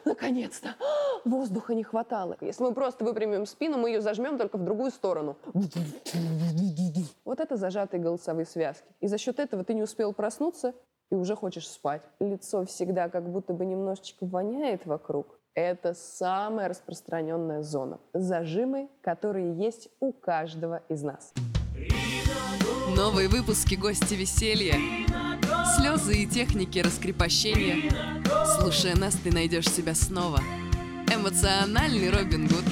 наконец-то, воздуха не хватало. Если мы просто выпрямим спину, мы ее зажмем только в другую сторону. Вот это зажатые голосовые связки. И за счет этого ты не успел проснуться и уже хочешь спать. Лицо всегда как будто бы немножечко воняет вокруг. Это самая распространенная зона. Зажимы, которые есть у каждого из нас. Новые выпуски «Гости веселья», слезы и техники раскрепощения. Слушая нас, ты найдешь себя снова. Эмоциональный Робин Гуд.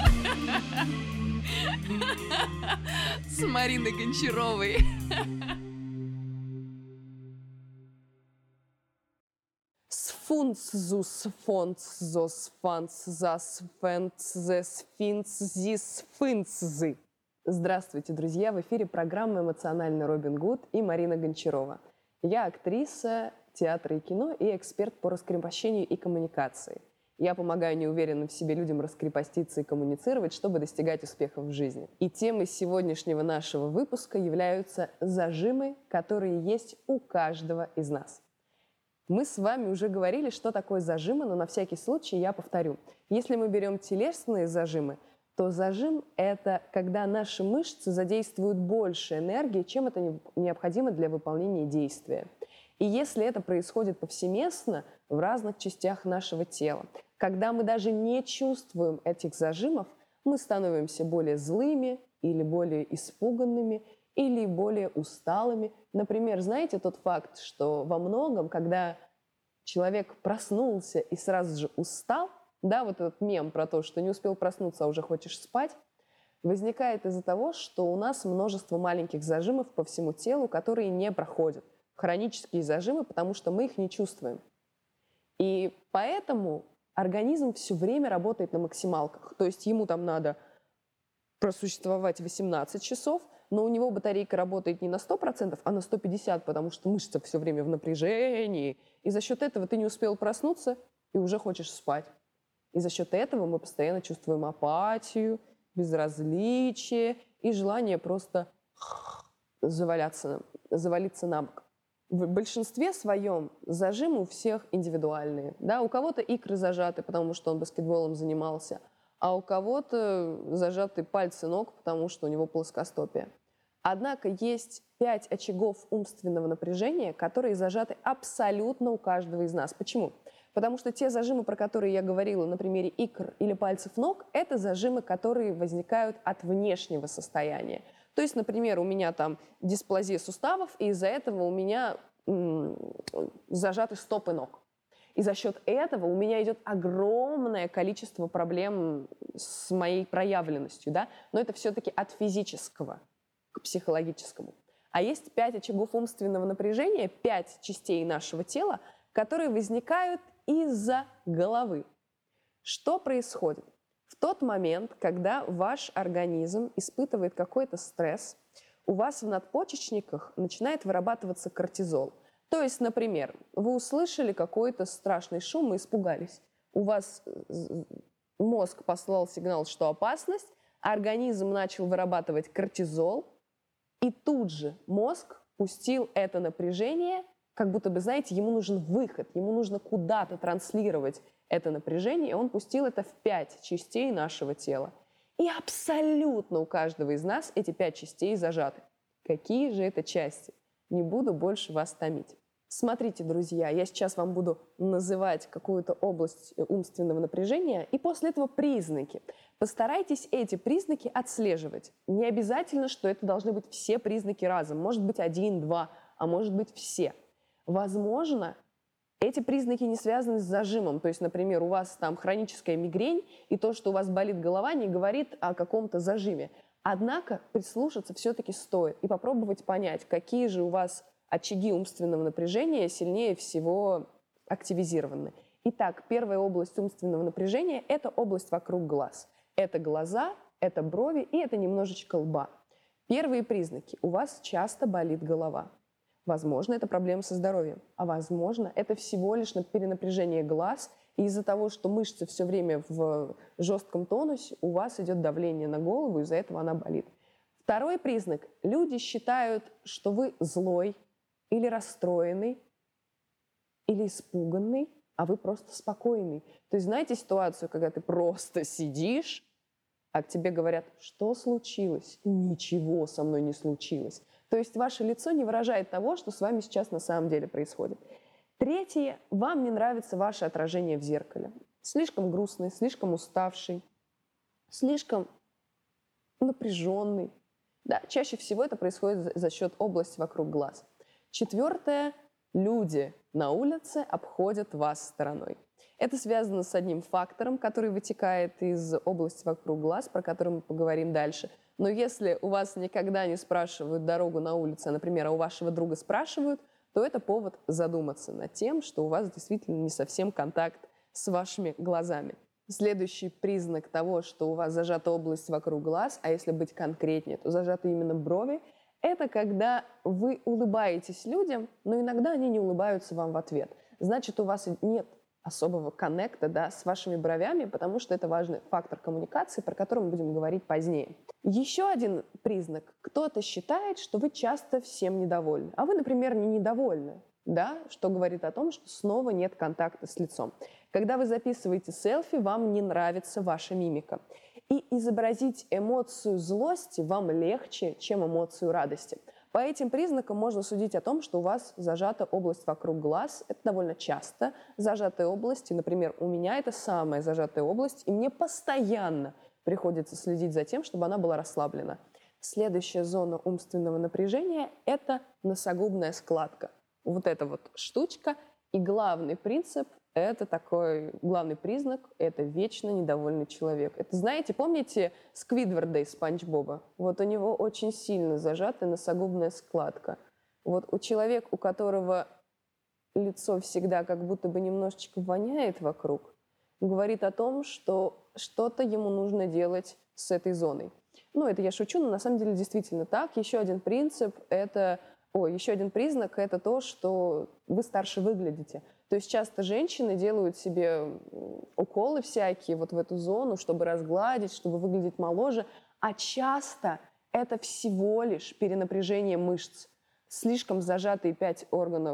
С Мариной Гончаровой. Сфунцзус, фонцзос, фанцзас, фэнцзес, финцзис, фынцзы. Здравствуйте, друзья! В эфире программа «Эмоциональный Робин Гуд» и Марина Гончарова. Я актриса театра и кино и эксперт по раскрепощению и коммуникации. Я помогаю неуверенным в себе людям раскрепоститься и коммуницировать, чтобы достигать успехов в жизни. И темой сегодняшнего нашего выпуска являются зажимы, которые есть у каждого из нас. Мы с вами уже говорили, что такое зажимы, но на всякий случай я повторю. Если мы берем телесные зажимы, то зажим – это когда наши мышцы задействуют больше энергии, чем это необходимо для выполнения действия. И если это происходит повсеместно в разных частях нашего тела, когда мы даже не чувствуем этих зажимов, мы становимся более злыми или более испуганными, или более усталыми. Например, знаете тот факт, что во многом, когда человек проснулся и сразу же устал, да, вот этот мем про то, что не успел проснуться, а уже хочешь спать, возникает из-за того, что у нас множество маленьких зажимов по всему телу, которые не проходят. Хронические зажимы, потому что мы их не чувствуем. И поэтому организм все время работает на максималках. То есть ему там надо просуществовать 18 часов, но у него батарейка работает не на 100%, а на 150%, потому что мышца все время в напряжении. И за счет этого ты не успел проснуться и уже хочешь спать. И за счет этого мы постоянно чувствуем апатию, безразличие и желание просто завалиться на бок. В большинстве своем зажимы у всех индивидуальные. Да? У кого-то икры зажаты, потому что он баскетболом занимался, а у кого-то зажаты пальцы ног, потому что у него плоскостопие. Однако есть 5 очагов умственного напряжения, которые зажаты абсолютно у каждого из нас. Почему? Потому что те зажимы, про которые я говорила на примере икр или пальцев ног, это зажимы, которые возникают от внешнего состояния. То есть, например, у меня там дисплазия суставов, и из-за этого у меня зажаты стопы ног. И за счет этого у меня идет огромное количество проблем с моей проявленностью, да? Но это все-таки от физического к психологическому. А есть 5 очагов умственного напряжения, 5 частей нашего тела, которые возникают из-за головы. Что происходит? В тот момент, когда ваш организм испытывает какой-то стресс, у вас в надпочечниках начинает вырабатываться кортизол. То есть, например, вы услышали какой-то страшный шум и испугались. У вас мозг послал сигнал, что опасность, организм начал вырабатывать кортизол, и тут же мозг пустил это напряжение, как будто бы, знаете, ему нужен выход, ему нужно куда-то транслировать это напряжение, и он пустил это в 5 частей нашего тела. И абсолютно у каждого из нас эти 5 частей зажаты. Какие же это части? Не буду больше вас томить. Смотрите, друзья, я сейчас вам буду называть какую-то область умственного напряжения, и после этого признаки. Постарайтесь эти признаки отслеживать. Не обязательно, что это должны быть все признаки разом. Может быть 1, 2, а может быть все. Возможно, эти признаки не связаны с зажимом. То есть, например, у вас там хроническая мигрень, и то, что у вас болит голова, не говорит о каком-то зажиме. Однако прислушаться все-таки стоит и попробовать понять, какие же у вас очаги умственного напряжения сильнее всего активизированы. Итак, первая область умственного напряжения – это область вокруг глаз. Это глаза, это брови и это немножечко лба. Первые признаки – у вас часто болит голова. Возможно, это проблема со здоровьем, а возможно, это всего лишь перенапряжение глаз, и из-за того, что мышцы все время в жестком тонусе, у вас идет давление на голову, из-за этого она болит. Второй признак – люди считают, что вы злой или расстроенный, или испуганный, а а вы просто спокойный. То есть знаете ситуацию, когда ты просто сидишь, а к тебе говорят, что случилось? Ничего со мной не случилось. То есть ваше лицо не выражает того, что с вами сейчас на самом деле происходит. Третье, вам не нравится ваше отражение в зеркале. Слишком грустный, слишком уставший, слишком напряженный. Да, чаще всего это происходит за счет области вокруг глаз. Четвертое, люди на улице обходят вас стороной. Это связано с одним фактором, который вытекает из области вокруг глаз, про который мы поговорим дальше. Но если у вас никогда не спрашивают дорогу на улице, например, а у вашего друга спрашивают, то это повод задуматься над тем, что у вас действительно не совсем контакт с вашими глазами. Следующий признак того, что у вас зажата область вокруг глаз, а если быть конкретнее, то зажаты именно брови, это когда вы улыбаетесь людям, но иногда они не улыбаются вам в ответ. Значит, у вас нет особого коннекта, да, с вашими бровями, потому что это важный фактор коммуникации, про который мы будем говорить позднее. Еще один признак. Кто-то считает, что вы часто всем недовольны, а вы, например, не недовольны, да, что говорит о том, что снова нет контакта с лицом. Когда вы записываете селфи, вам не нравится ваша мимика. И изобразить эмоцию злости вам легче, чем эмоцию радости. По этим признакам можно судить о том, что у вас зажата область вокруг глаз. Это довольно часто зажатые области. Например, у меня это самая зажатая область, и мне постоянно приходится следить за тем, чтобы она была расслаблена. Следующая зона умственного напряжения – это носогубная складка. Вот эта вот штучка. И главный принцип – это такой главный признак – это вечно недовольный человек. Это, знаете, помните Сквидварда из Спанч Боба? Вот у него очень сильно зажатая носогубная складка. Вот у человека, у которого лицо всегда как будто бы немножечко воняет вокруг, говорит о том, что что-то ему нужно делать с этой зоной. Ну, это я шучу, но на самом деле действительно так. Еще один признак – это то, что вы старше выглядите. То есть часто женщины делают себе уколы всякие вот в эту зону, чтобы разгладить, чтобы выглядеть моложе, а часто это всего лишь перенапряжение мышц. Слишком зажатые 5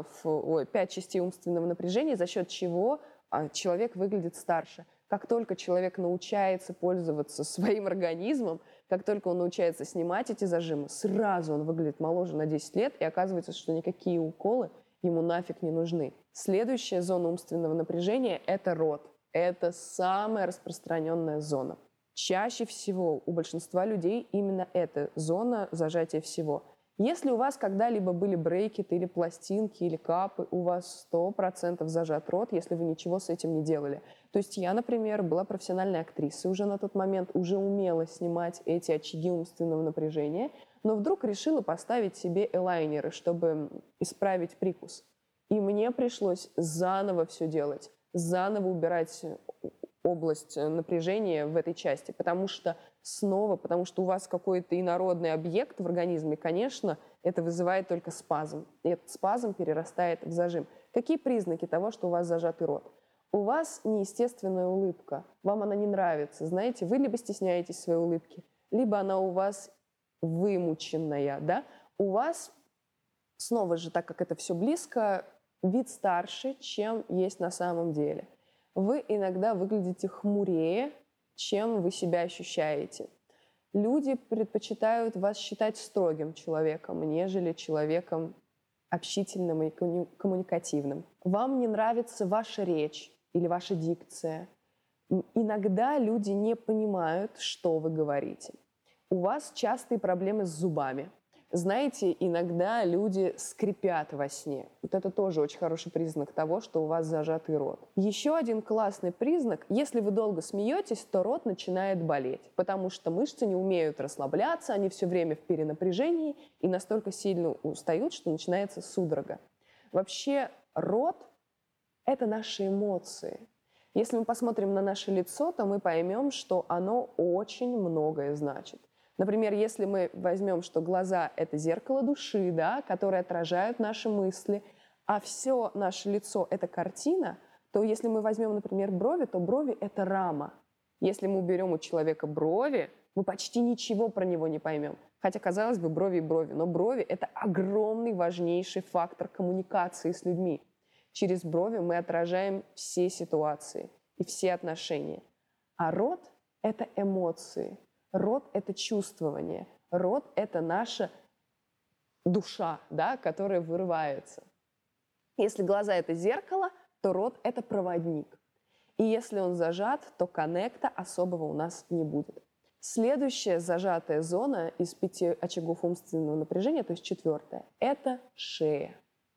частей умственного напряжения, за счет чего человек выглядит старше. Как только человек научается пользоваться своим организмом, как только он научается снимать эти зажимы, сразу он выглядит моложе на 10 лет, и оказывается, что никакие уколы ему нафиг не нужны. Следующая зона умственного напряжения – это рот. Это самая распространенная зона. Чаще всего у большинства людей именно эта зона зажатия всего. Если у вас когда-либо были брекеты или пластинки или капы, у вас 100% зажат рот, если вы ничего с этим не делали. То есть я, например, была профессиональной актрисой уже на тот момент, уже умела снимать эти очаги умственного напряжения, но вдруг решила поставить себе элайнеры, чтобы исправить прикус. И мне пришлось заново все делать, заново убирать область напряжения в этой части, потому что у вас какой-то инородный объект в организме, конечно, это вызывает только спазм. И этот спазм перерастает в зажим. Какие признаки того, что у вас зажатый рот? У вас неестественная улыбка, вам она не нравится. Знаете, вы либо стесняетесь своей улыбки, либо она у вас вымученная, да? У вас, снова же, так как это все близко, вид старше, чем есть на самом деле. Вы иногда выглядите хмурее, чем вы себя ощущаете. Люди предпочитают вас считать строгим человеком, нежели человеком общительным и коммуникативным. Вам не нравится ваша речь или ваша дикция. Иногда люди не понимают, что вы говорите. У вас частые проблемы с зубами. Знаете, иногда люди скрипят во сне. Вот это тоже очень хороший признак того, что у вас зажатый рот. Еще один классный признак. Если вы долго смеетесь, то рот начинает болеть, потому что мышцы не умеют расслабляться, они все время в перенапряжении и настолько сильно устают, что начинается судорога. Вообще рот – это наши эмоции. Если мы посмотрим на наше лицо, то мы поймем, что оно очень многое значит. Например, если мы возьмем, что глаза – это зеркало души, да, которые отражают наши мысли, а все наше лицо – это картина, то если мы возьмем, например, брови, то брови – это рама. Если мы уберем у человека брови, мы почти ничего про него не поймем. Хотя, казалось бы, брови и брови. Но брови – это огромный, важнейший фактор коммуникации с людьми. Через брови мы отражаем все ситуации и все отношения. А рот — это эмоции, рот — это чувствование, рот — это наша душа, да, которая вырывается. Если глаза — это зеркало, то рот — это проводник. И если он зажат, то коннекта особого у нас не будет. Следующая зажатая зона из 5 очагов умственного напряжения, то есть 4-я, это шея.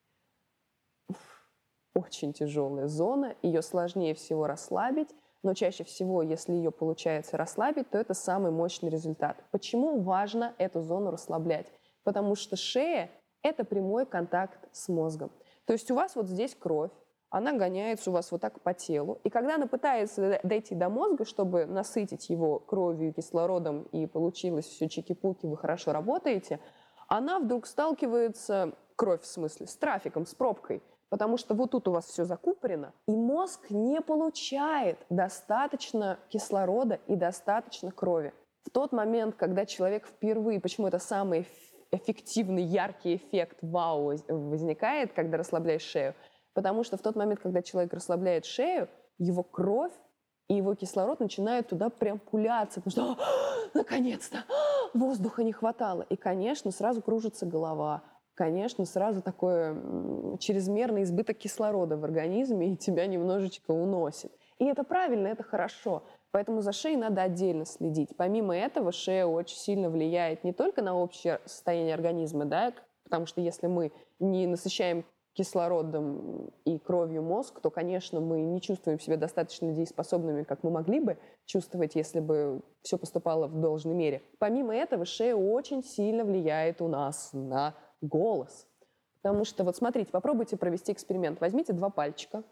Очень тяжелая зона, ее сложнее всего расслабить, но чаще всего, если ее получается расслабить, то это самый мощный результат. Почему важно эту зону расслаблять? Потому что шея — это прямой контакт с мозгом. То есть у вас вот здесь кровь, она гоняется у вас вот так по телу. И когда она пытается дойти до мозга, чтобы насытить его кровью, кислородом, и получилось все чики-пуки, вы хорошо работаете, она вдруг сталкивается, кровь в смысле, с трафиком, с пробкой. Потому что вот тут у вас все закупорено, и мозг не получает достаточно кислорода и достаточно крови. В тот момент, когда человек впервые, почему это самый эффективный, яркий эффект вау возникает, когда расслабляешь шею, потому что в тот момент, когда человек расслабляет шею, его кровь и его кислород начинают туда прям пуляться, потому что наконец-то воздуха не хватало. И, конечно, сразу кружится голова, конечно, сразу такой чрезмерный избыток кислорода в организме, и тебя немножечко уносит. И это правильно, это хорошо. Поэтому за шеей надо отдельно следить. Помимо этого, шея очень сильно влияет не только на общее состояние организма, да, потому что если мы не насыщаем кислородом и кровью мозг, то, конечно, мы не чувствуем себя достаточно дееспособными, как мы могли бы чувствовать, если бы все поступало в должной мере. Помимо этого, шея очень сильно влияет у нас на голос. Потому что, вот смотрите, попробуйте провести эксперимент. Возьмите 2 пальчика.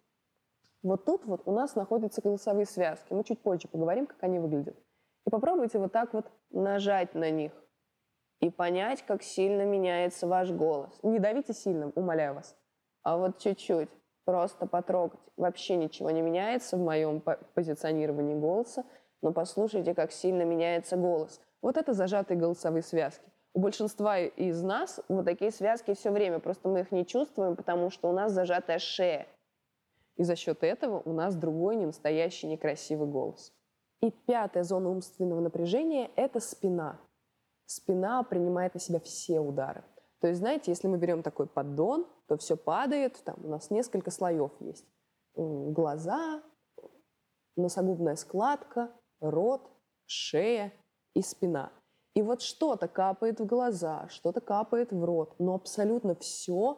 Вот тут вот у нас находятся голосовые связки. Мы чуть позже поговорим, как они выглядят. И попробуйте вот так вот нажать на них и понять, как сильно меняется ваш голос. Не давите сильно, умоляю вас. А вот чуть-чуть, просто потрогать. Вообще ничего не меняется в моем позиционировании голоса, но послушайте, как сильно меняется голос. Вот это зажатые голосовые связки. У большинства из нас вот такие связки все время, просто мы их не чувствуем, потому что у нас зажатая шея. И за счет этого у нас другой, ненастоящий, некрасивый голос. И 5-я зона умственного напряжения – это спина. Спина принимает на себя все удары. То есть, знаете, если мы берем такой поддон, то все падает, там у нас несколько слоев есть. Глаза, носогубная складка, рот, шея и спина. И вот что-то капает в глаза, что-то капает в рот, но абсолютно все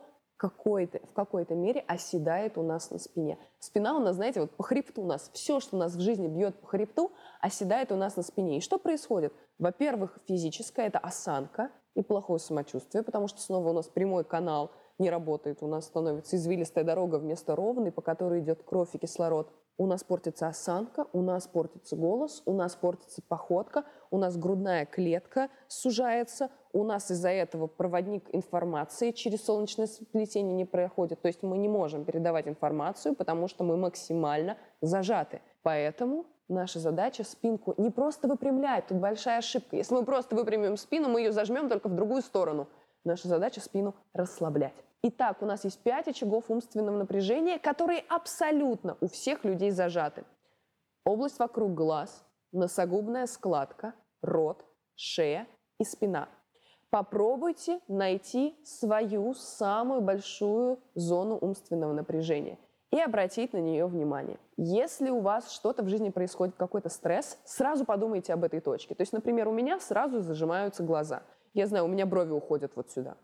в какой-то мере оседает у нас на спине. Спина у нас, знаете, вот по хребту у нас, все, что у нас в жизни бьет по хребту, оседает у нас на спине. И что происходит? Во-первых, физическое – это осанка и плохое самочувствие, потому что снова у нас прямой канал не работает, у нас становится извилистая дорога вместо ровной, по которой идет кровь и кислород. У нас портится осанка, у нас портится голос, у нас портится походка, у нас грудная клетка сужается, у нас из-за этого проводник информации через солнечное сплетение не проходит. То есть мы не можем передавать информацию, потому что мы максимально зажаты. Поэтому наша задача спинку не просто выпрямлять, тут большая ошибка. Если мы просто выпрямим спину, мы ее зажмем только в другую сторону. Наша задача спину расслаблять. Итак, у нас есть 5 очагов умственного напряжения, которые абсолютно у всех людей зажаты. Область вокруг глаз, носогубная складка, рот, шея и спина. Попробуйте найти свою самую большую зону умственного напряжения и обратить на нее внимание. Если у вас что-то в жизни происходит, какой-то стресс, сразу подумайте об этой точке. То есть, например, у меня сразу зажимаются глаза. Я знаю, у меня брови уходят вот сюда.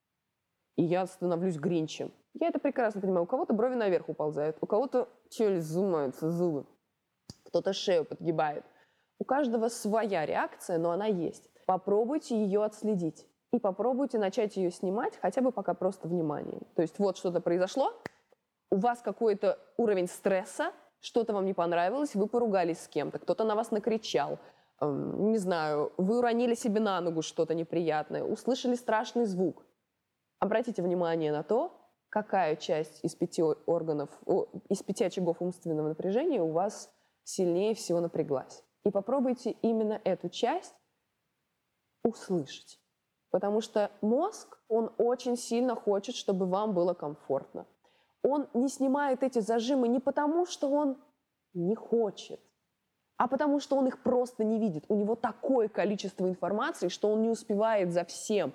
И я становлюсь гринчем. Я это прекрасно понимаю. У кого-то брови наверх уползают, у кого-то челюсть сжимаются, зубы. Кто-то шею подгибает. У каждого своя реакция, но она есть. Попробуйте ее отследить. И попробуйте начать ее снимать, хотя бы пока просто вниманием. То есть вот что-то произошло, у вас какой-то уровень стресса, что-то вам не понравилось, вы поругались с кем-то, кто-то на вас накричал, не знаю, вы уронили себе на ногу что-то неприятное, услышали страшный звук. Обратите внимание на то, какая часть из 5 очагов умственного напряжения у вас сильнее всего напряглась. И попробуйте именно эту часть услышать. Потому что мозг, он очень сильно хочет, чтобы вам было комфортно. он не снимает эти зажимы не потому, что он не хочет, а потому что он их просто не видит. У него такое количество информации, что он не успевает за всем.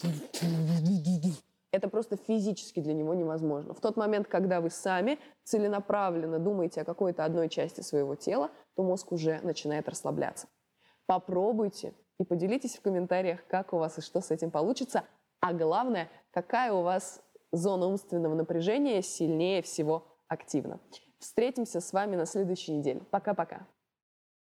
Это просто физически для него невозможно. В тот момент, когда вы сами целенаправленно думаете о какой-то одной части своего тела, то мозг уже начинает расслабляться. Попробуйте и поделитесь в комментариях, как у вас и что с этим получится. А главное, какая у вас зона умственного напряжения сильнее всего активна. Встретимся с вами на следующей неделе. Пока-пока.